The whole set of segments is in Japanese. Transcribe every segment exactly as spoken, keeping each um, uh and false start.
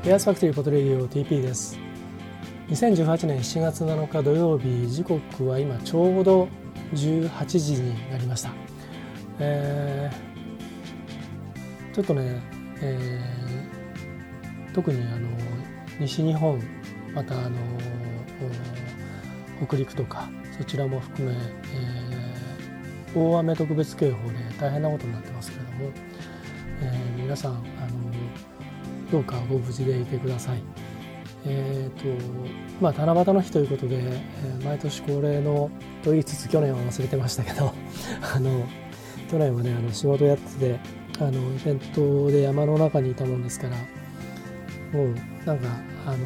ベアースファクトリーポッドレディオ ティーピー です。にせんじゅうはちねんしちがつなのか土曜日、時刻は今ちょうどじゅうはちじになりました。えー、ちょっとね、えー、特にあの西日本、またあの北陸とかそちらも含め、えー、大雨特別警報で大変なことになってますけれども、えー、皆さんあのどうかご無事でいてください。えーとまあ、七夕の日ということで、えー、毎年恒例のと言いつつ去年は忘れてましたけどあの去年はねあの仕事やっててあのイベントで山の中にいたもんですから、もうなんかあの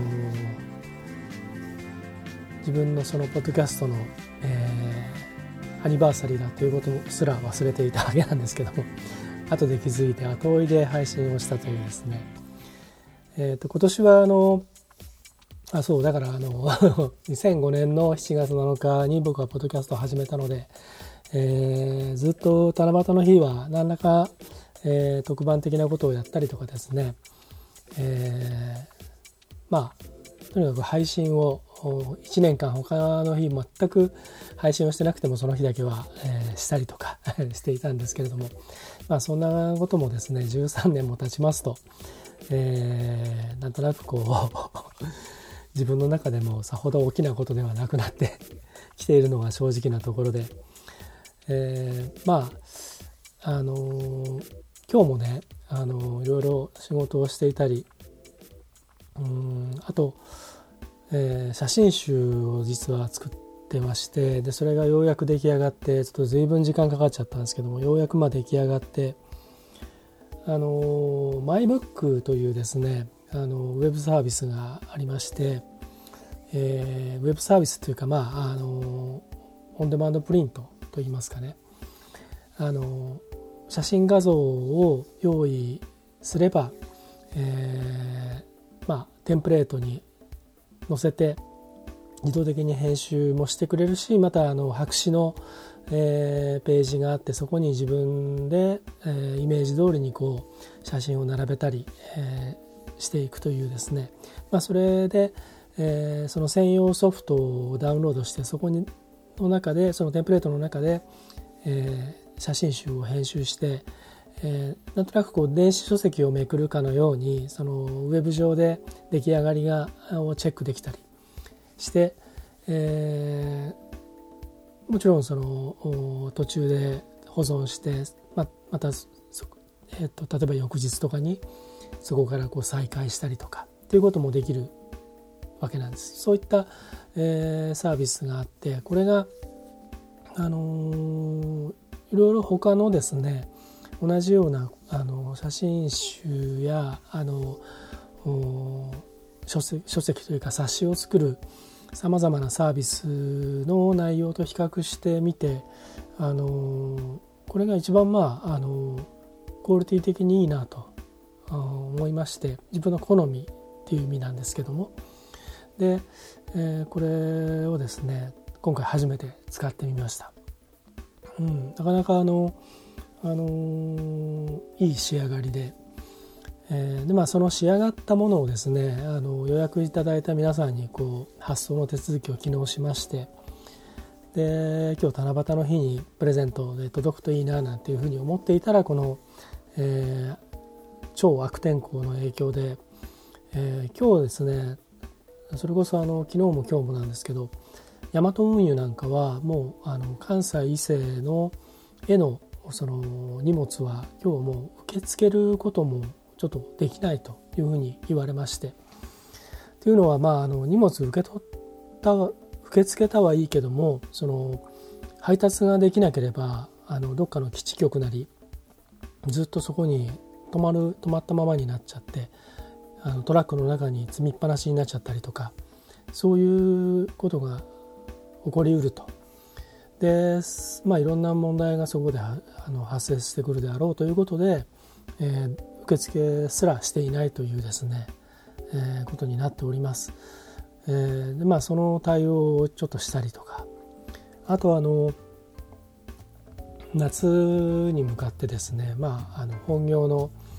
自分のそのポッドキャストの、えー、アニバーサリーだということすら忘れていたわけなんですけども、後で気づいて後追いで配信をしたというですね。えー、と今年はあのあそうだからあのにせんごねんのしちがつなのかに僕はポッドキャストを始めたので、えー、ずっと七夕の日は何らか、えー、特番的なことをやったりとかですね、えー、まあとにかく配信をいちねんかん他の日全く配信をしてなくてもその日だけは、えー、したりとかしていたんですけれども、まあそんなこともですねじゅうさんねんも経ちますと、えー、なんとなくこう自分の中でもさほど大きなことではなくなってきているのが正直なところで、えー、まああのー、今日もね、あのー、いろいろ仕事をしていたり、うーんあと、えー、写真集を実は作ってまして、でそれがようやく出来上がって、ちょっと随分時間かかっちゃったんですけども、ようやくまあ出来上がって、あのマイブックというですねあのウェブサービスがありまして、えー、ウェブサービスというか、まあ、あのオンデマンドプリントといいますかね、あの写真画像を用意すれば、えーまあ、テンプレートに載せて自動的に編集もしてくれるし、またあの白紙のえー、ページがあって、そこに自分で、えー、イメージ通りにこう写真を並べたり、えー、していくというですね、まあ、それで、えー、その専用ソフトをダウンロードして、そこにの中でそのテンプレートの中で、えー、写真集を編集して、えー、なんとなくこう電子書籍をめくるかのようにそのウェブ上で出来上がりがをチェックできたりして、えーもちろんその途中で保存して ま, また、えー、と例えば翌日とかにそこからこう再開したりとかっていうこともできるわけなんです。そういった、えー、サービスがあって、これが、あのー、いろいろ他のですね同じようなあの写真集やあの書籍、書籍というか冊子を作るさまざまなサービスの内容と比較してみて、あのこれが一番まああのクオリティ的にいいなと思いまして、自分の好みっていう意味なんですけども、で、えー、これをですね今回初めて使ってみました。うん、なかなかあの、あのいい仕上がりで、えーでまあ、その仕上がったものをですねあの予約いただいた皆さんにこう発送の手続きを昨日しまして、で今日七夕の日にプレゼントで届くといいななんていうふうに思っていたら、この、えー、超悪天候の影響で、えー、今日ですねそれこそあの昨日も今日もなんですけど、ヤマト運輸なんかはもうあの関西伊勢のへのその荷物は今日もう受け付けることもちょっとできないというふうに言われまして、というのは、まあ、あの荷物受け取った受け付けたはいいけども、その配達ができなければあのどっかの基地局なりずっとそこに止まる止まったままになっちゃって、あのトラックの中に積みっぱなしになっちゃったりとか、そういうことが起こりうると。で、まあ、いろんな問題がそこであの発生してくるであろうということで、えー受付すらしていないというですね、えー、ことになっております。えーでまあ、その対応をちょっとしたりとか、あとあの夏に向かってですね、まあ、あの本業の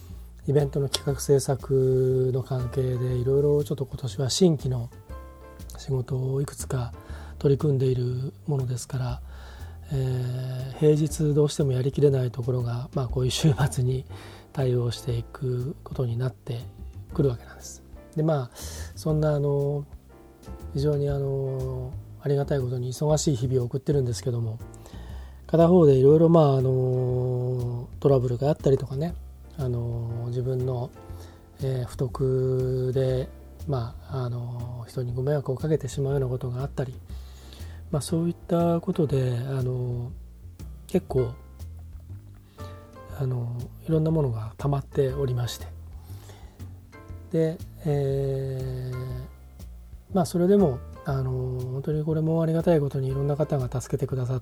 イベントの企画制作の関係でいろいろちょっと今年は新規の仕事をいくつか取り組んでいるものですから、えー、平日どうしてもやりきれないところが、まあ、こういう週末に対応していくことになってくるわけなんです。でまあそんなあの非常にあのありがたいことに忙しい日々を送ってるんですけども、片方でいろいろまああのトラブルがあったりとかね、あの自分の、えー、不徳で、まあ、あの人にご迷惑をかけてしまうようなことがあったり、まあ、そういったことであの結構あのいろんなものが溜まっておりまして、で、えー、まあそれでもあの本当にこれもありがたいことにいろんな方が助けてくださって、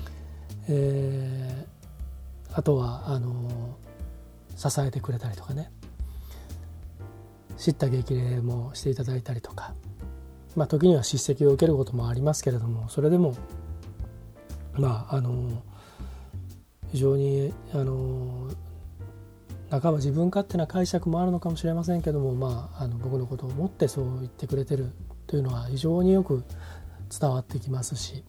えー、あとはあの支えてくれたりとかね、叱咤激励もしていただいたりとか、まあ時には叱責を受けることもありますけれども、それでもまああの非常にあの半ば自分勝手な解釈もあるのかもしれませんけども、まあ、あの僕のことを思ってそう言ってくれてるというのは非常によく伝わってきますし、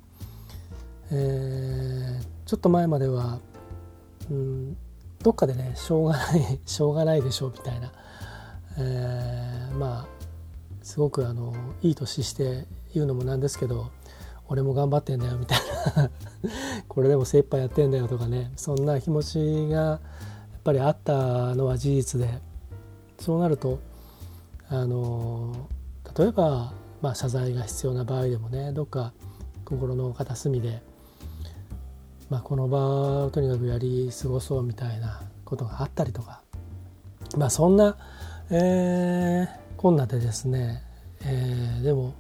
えー、ちょっと前までは、うん、どっかでねしょうがないしょうがないでしょうみたいな、えー、まあすごくあのいい年して言うのもなんですけど、俺も頑張ってんだよみたいなこれでも精一杯やってんだよとかね、そんな気持ちがやっぱりあったのは事実で、そうなるとあの例えば、まあ、謝罪が必要な場合でもね、どっか心の片隅で、まあ、この場をとにかくやり過ごそうみたいなことがあったりとか、まあそんな、えー、こんなでですね、えー、でも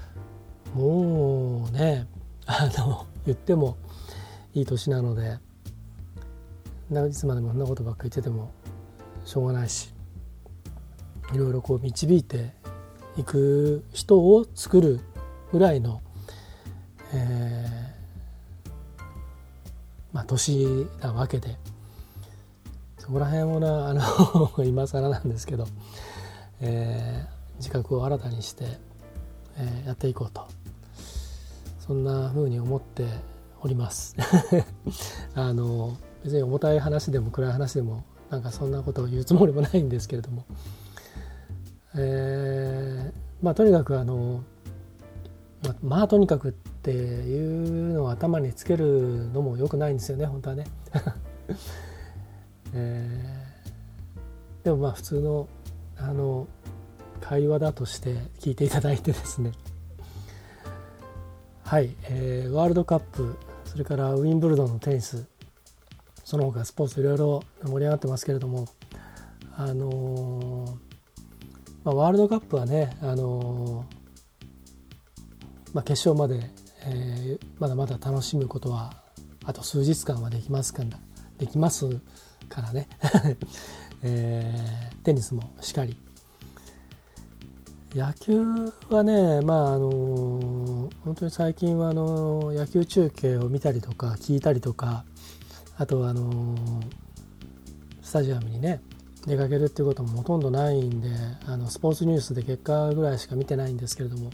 もうねあの言ってもいい年なので、いつまでもそんなことばっかり言っててもしょうがないし、いろいろこう導いていく人を作るぐらいの、えーまあ、年なわけで、そこら辺をなあの今更なんですけど、えー、自覚を新たにして、えー、やっていこうと、そんな風に思っておりますあの別に重たい話でも暗い話でもなんかそんなことを言うつもりもないんですけれども、えー、まあとにかくあのま, まあとにかくっていうのを頭につけるのも良くないんですよね本当はね、えー、でもまあ普通のあの会話だとして聞いていただいてですね、はい、えー、ワールドカップ、それからウィンブルドンのテニス、その他スポーツいろいろ盛り上がってますけれども、あのーまあ、ワールドカップはね、あのーまあ、決勝まで、えー、まだまだ楽しむことはあと数日間はできますからできますからね、えー、テニスもしかり、野球はね、まああの本当に最近はあの野球中継を見たりとか聞いたりとか、あとはあのスタジアムにね出かけるっていうこともほとんどないんで、あのスポーツニュースで結果ぐらいしか見てないんですけれども、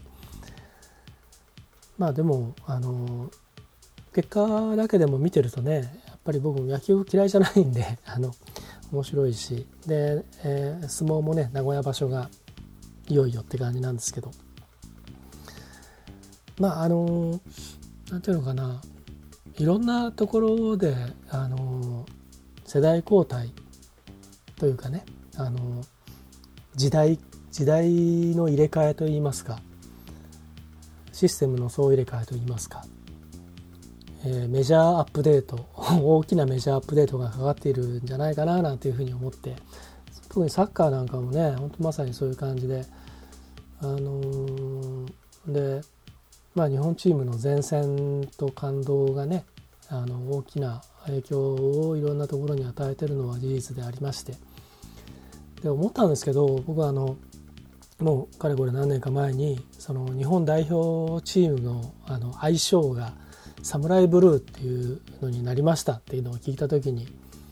まあでもあの結果だけでも見てるとね、やっぱり僕野球嫌いじゃないんであの面白いし、で、えー、相撲もね名古屋場所がいよいよって感じなんですけど、まああのなんていうのかな、いろんなところであの世代交代というかね、あの時代時代の入れ替えといいますか、システムの総入れ替えといいますか、えー、メジャーアップデート大きなメジャーアップデートがかかっているんじゃないかななんていうふうに思って、特にサッカーなんかもね本当まさにそういう感じで、あのー、でまあ日本チームの前線と感動がね、あの大きな影響をいろんなところに与えているのは事実でありまして、で思ったんですけど、僕はあのもうかれこれ何年か前にその日本代表チームのあの愛称がサムライブルーっていうのになりましたっていうのを聞いた時に、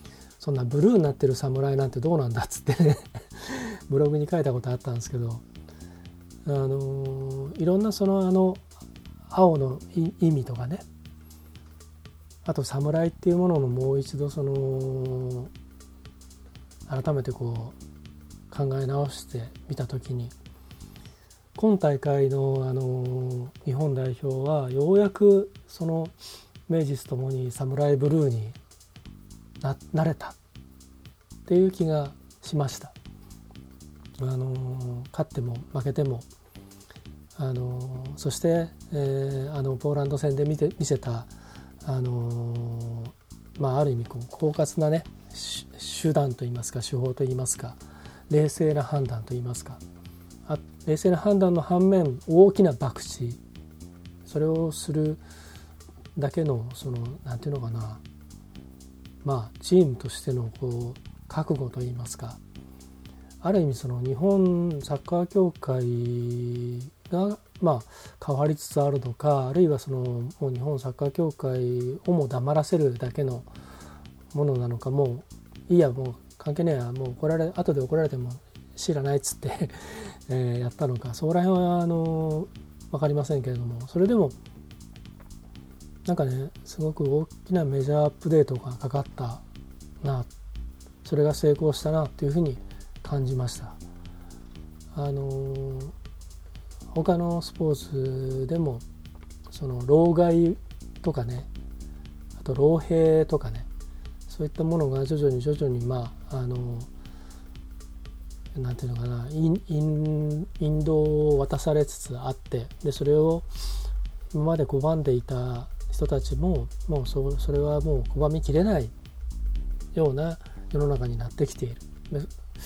そんなブルーになってる侍なんてどうなんだっつってねブログに書いたことあったんですけど、あのいろんなそのあの青の意味とかね、あと侍っていうもののもう一度その改めてこう考え直してみたときに、今大会のあの日本代表はようやくその名実ともにサムライブルーに な, なれたっていう気がしました。あの勝っても負けても、あのそして、えー、あのポーランド戦で見て見せたあの、まあ、ある意味こう狡猾なね手段といいますか手法といいますか冷静な判断といいますか、あ冷静な判断の反面大きな博打、それをするだけのそのなんていうのかな、まあチームとしてのこう覚悟といいますか、ある意味その日本サッカー協会がまあ変わりつつあるのか、あるいはそのもう日本サッカー協会をも黙らせるだけのものなのか、もういいやもう関係ねえや、もう怒られ後で怒られても知らないっつってえーやったのか、そこら辺はあの分かりませんけれども、それでもなんかねすごく大きなメジャーアップデートがかかったな、それが成功したなというふうに感じました。あの他のスポーツでもその老害とかね、あと老兵とかね、そういったものが徐々に徐々にまああのなんていうのかな、引導を渡されつつあって、でそれを今まで拒んでいた人たちももう そ, それはもう拒みきれないような世の中になってきている。で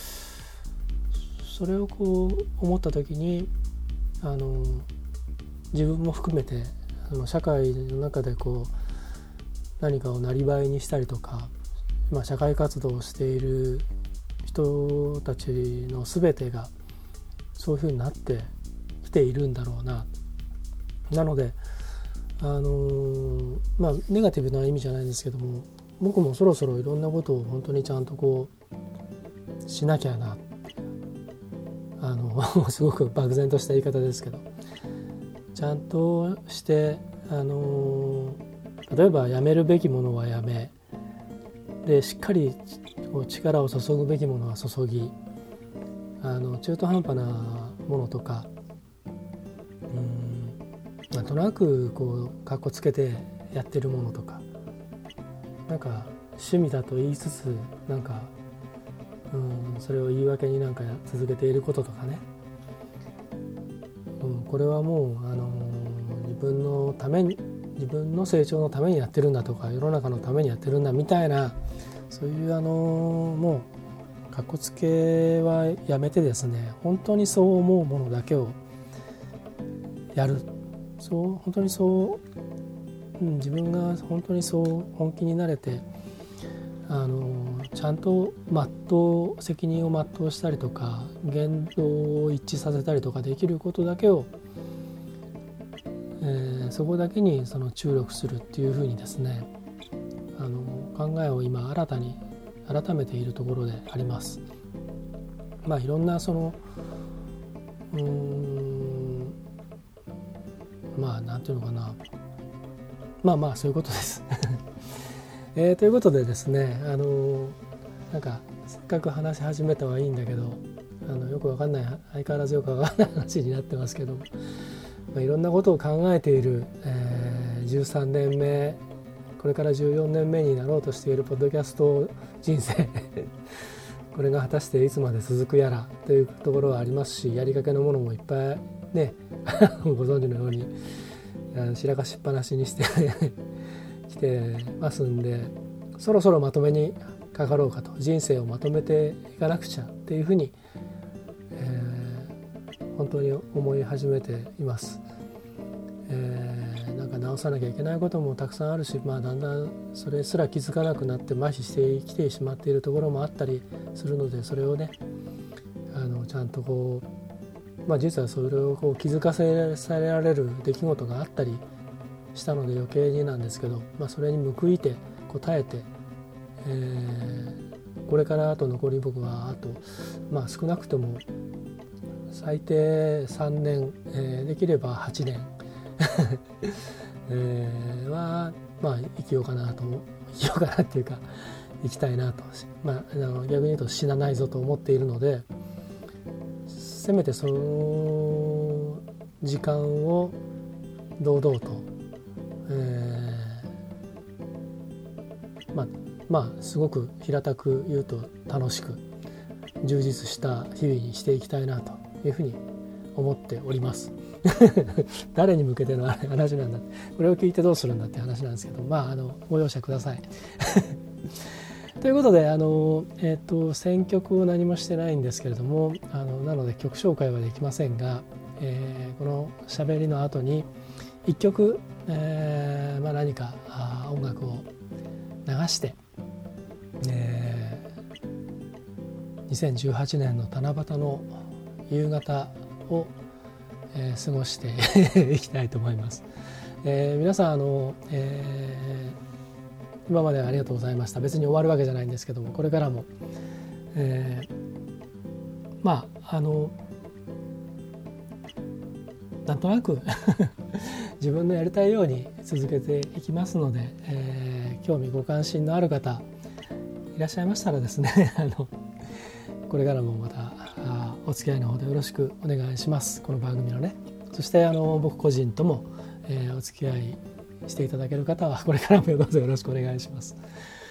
それをこう思った時にあの自分も含めてあの社会の中でこう何かをなりわいにしたりとか、まあ、社会活動をしている人たちの全てがそういうふうになってきているんだろうな。なのであのまあネガティブな意味じゃないんですけども、僕もそろそろいろんなことを本当にちゃんとこうしなきゃな、あのすごく漠然とした言い方ですけど、ちゃんとしてあの例えばやめるべきものはやめで、しっかり力を注ぐべきものは注ぎ、あの中途半端なものとか、うんなんとなくこうかっこつけてやってるものとか、なんか趣味だと言いつつなんか、うん、それを言い訳になんか続けていることとかね、うん、これはもう、あのー、自分のために自分の成長のためにやってるんだとか、世の中のためにやってるんだみたいな、そういう、あのー、もうかっこつけはやめてですね、本当にそう思うものだけをやる、そう本当にそう、うん、自分が本当にそう本気になれて、あのちゃんと全う責任を全うしたりとか、言動を一致させたりとかできることだけを、えー、そこだけにその注力するっていうふうにですね、あの考えを今新たに改めているところであります。まあいろんなそのうーんまあなんていうのかな、まあまあそういうことですえー、ということでですね、あのなんかせっかく話し始めたはいいんだけど、あのよくわかんない、相変わらずよくわかんない話になってますけど、まあ、いろんなことを考えている、えー、じゅうさんねんめ、これからじゅうよねんめになろうとしているポッドキャスト人生これが果たしていつまで続くやらというところはありますし、やりかけのものもいっぱいねご存知のように白かしっぱなしにして来てますんで、そろそろまとめにかかろうかと、人生をまとめていかなくちゃっていうふうに、えー、本当に思い始めています。えー、なんか直さなきゃいけないこともたくさんあるし、まあ、だんだんそれすら気づかなくなって麻痺してきてしまっているところもあったりするので、それをねあのちゃんとこう、まあ、実はそれをこう気づかせられる出来事があったりしたので余計になんですけど、まあ、それに報いて応えて、えこれからあと残り僕はあと、まあ、少なくとも最低さんねん、えー、できればはちねん、えー、は、まあ、生きようかなと生きようかなっていうか生きたいなと、まあ、あの逆に言うと死なないぞと思っているので、せめてその時間を堂々と、えー、まあまあすごく平たく言うと楽しく充実した日々にしていきたいなというふうに思っております誰に向けての話なんだ、これを聞いてどうするんだって話なんですけど、まああのご容赦くださいということで、あの、えーと、選曲を何もしてないんですけれども、あのなので曲紹介はできませんが、えー、この喋りの後にいっきょく、えーまあ、何か音楽を流して、えー、にせんじゅうはちねんの七夕の夕方を、えー、過ごしていきたいと思います。えー、皆さんあの、えー今までありがとうございました。別に終わるわけじゃないんですけども、これからも、えー、まああのなんとなく自分のやりたいように続けていきますので、えー、興味ご関心のある方いらっしゃいましたらですねあのこれからもまたお付き合いの方でよろしくお願いします。この番組のね、そしてあの僕個人とも、えー、お付き合いしていただける方はこれからもどうぞよろしくお願いします。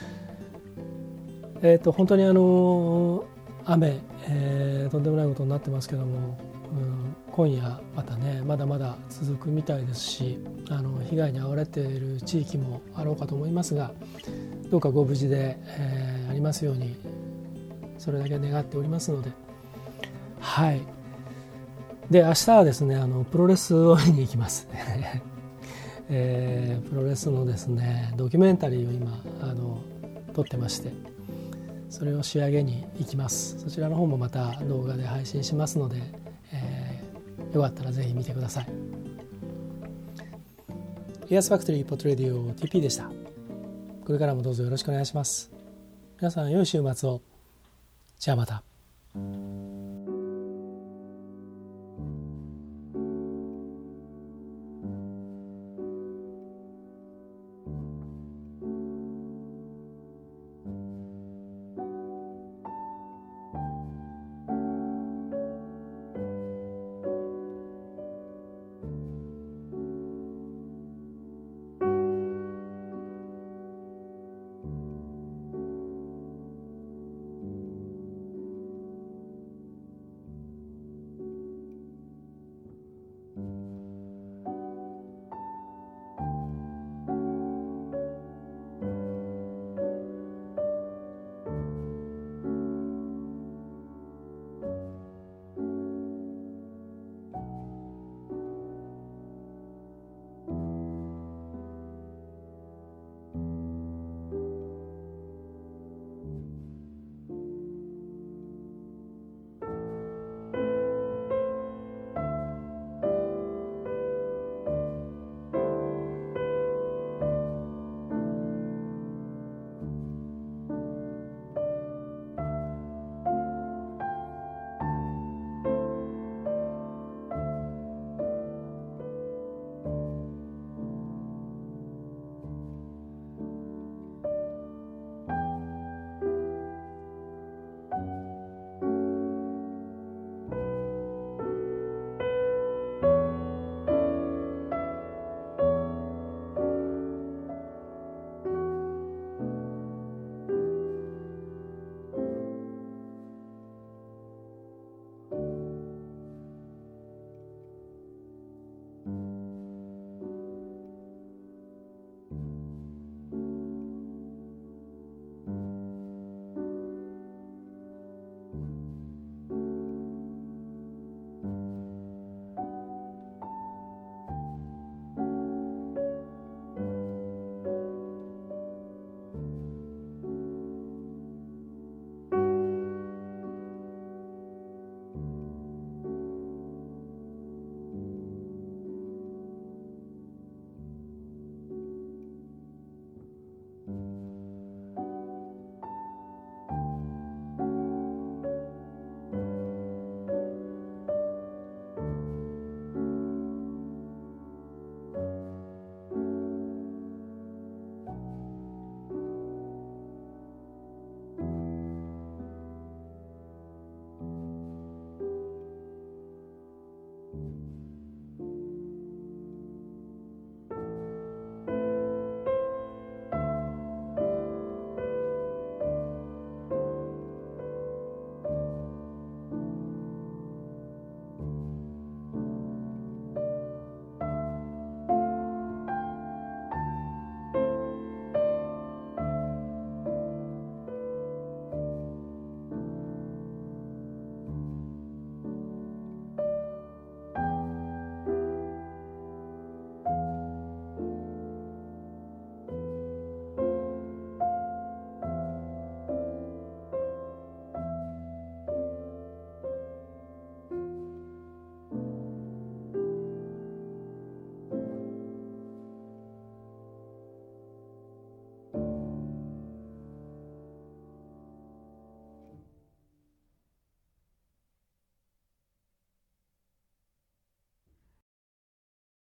えっと本当にあの雨、えー、とんでもないことになってますけども、うん、今夜またねまだまだ続くみたいですし、あの被害に遭われている地域もあろうかと思いますが、どうかご無事で、えー、ありますようにそれだけ願っておりますので、はい。で明日はですね、あのプロレスを見に行きますえー、プロレスのですねドキュメンタリーを今あの撮ってまして、それを仕上げに行きます。そちらの方もまた動画で配信しますので、えー、よかったらぜひ見てください。イヤースファクトリーポッドレディオ ティーピー でした。これからもどうぞよろしくお願いします。皆さん良い週末を。じゃあまた。